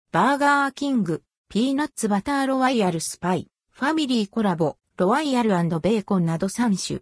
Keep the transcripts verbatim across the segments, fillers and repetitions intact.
バーガーキング、ピーナッツバターロワイヤルスパイ、ファミリーコラボ、ロワイヤル&ベーコンなどさん種。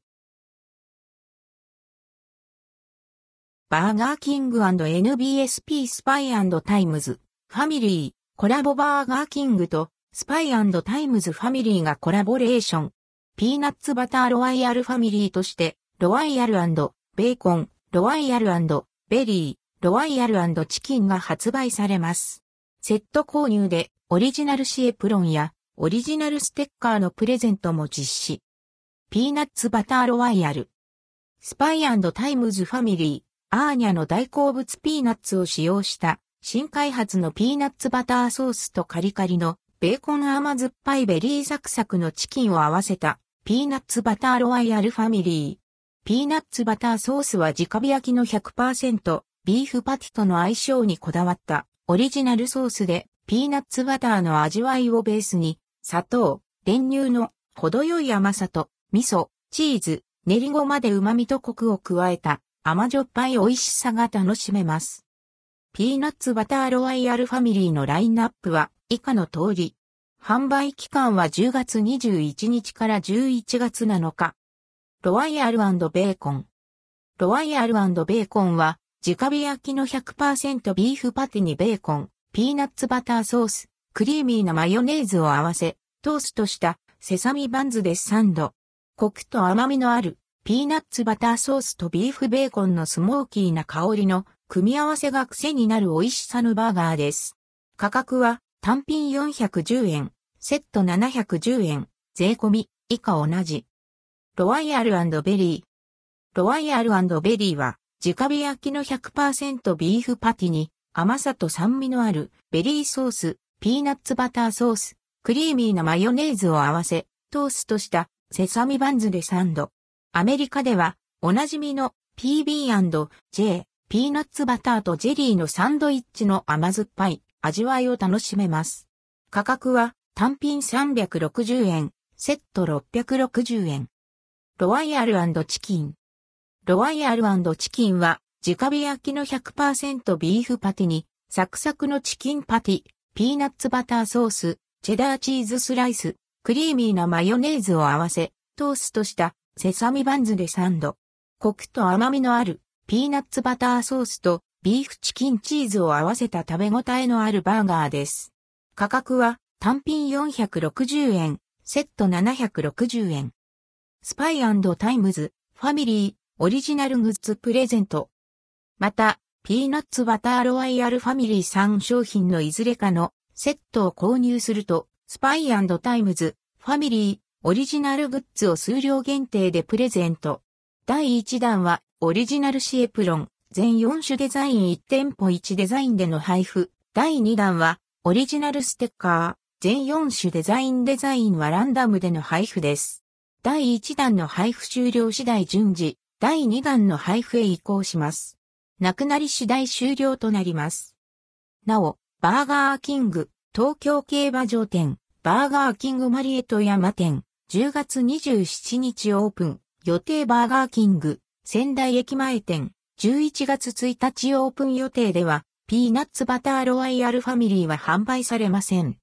バーガーキング &エヌビーエスピー スパイ&タイムズ、ファミリー、コラボバーガーキングとスパイ&タイムズファミリーがコラボレーション。ピーナッツバターロワイヤルファミリーとして、ロワイヤル&ベーコン、ロワイヤル&ベリー、ロワイヤル&チキンが発売されます。セット購入でオリジナルシエプロンやオリジナルステッカーのプレゼントも実施。ピーナッツバターロワイヤル。スパイ&タイムズファミリー、アーニャの大好物ピーナッツを使用した新開発のピーナッツバターソースとカリカリのベーコン甘酸っぱいベリーサクサクのチキンを合わせたピーナッツバターロワイヤルファミリー。ピーナッツバターソースは直火焼きの ひゃくパーセント ビーフパティとの相性にこだわったオリジナルソースでピーナッツバターの味わいをベースに砂糖、練乳の程よい甘さと味噌、チーズ、練りごまで旨味とコクを加えた甘じょっぱい美味しさが楽しめます。ピーナッツバターロワイヤルファミリーのラインナップは以下の通り。販売期間はじゅうがつにじゅういちにちからじゅういちがつなのか。ロワイヤル&ベーコン。ロワイヤル&ベーコンは直火焼きの ひゃくパーセント ビーフパティにベーコン、ピーナッツバターソース、クリーミーなマヨネーズを合わせ、トーストしたセサミバンズでサンド。コクと甘みのあるピーナッツバターソースとビーフベーコンのスモーキーな香りの組み合わせが癖になる美味しさのバーガーです。価格は単品よんひゃくじゅうえん、セットななひゃくじゅうえん、税込み以下同じ。ロワイヤル&ベリー。ロワイヤル&ベリーは直火焼きの ひゃくパーセント ビーフパティに甘さと酸味のあるベリーソース、ピーナッツバターソース、クリーミーなマヨネーズを合わせ、トーストしたセサミバンズでサンド。アメリカではおなじみの ピービーアンドジェー、ピーナッツバターとジェリーのサンドイッチの甘酸っぱい味わいを楽しめます。価格は単品さんびゃくろくじゅうえん、セットろっぴゃくろくじゅうえん。ロワイヤル&チキン。ロワイヤル&チキンは直火焼きの ひゃくパーセント ビーフパティにサクサクのチキンパティ、ピーナッツバターソース、チェダーチーズスライス、クリーミーなマヨネーズを合わせ、トーストしたセサミバンズでサンド。コクと甘みのあるピーナッツバターソースとビーフチキンチーズを合わせた食べ応えのあるバーガーです。価格は単品よんひゃくろくじゅうえん、セットななひゃくろくじゅうえん。スパイ&タイムズ、ファミリー、オリジナルグッズプレゼント。また、ピーナッツバターロワイヤルファミリーさん商品のいずれかのセットを購入すると、スパイ&タイムズ、ファミリー、オリジナルグッズを数量限定でプレゼント。だいいちだんは、オリジナルシエプロン、全よん種デザインいち店舗いちデザインでの配布。だいにだんは、オリジナルステッカー、全よん種デザインデザインはランダムでの配布です。だいいちだんの配布終了次第順次、だいにだんの配布へ移行します。なくなり次第終了となります。なお、バーガーキング、東京競馬場店、バーガーキングマリエット山店、じゅうがつにじゅうしちにちオープン、予定バーガーキング、仙台駅前店、じゅういちがつついたちオープン予定では、ピーナッツバターロワイヤルファミリーは販売されません。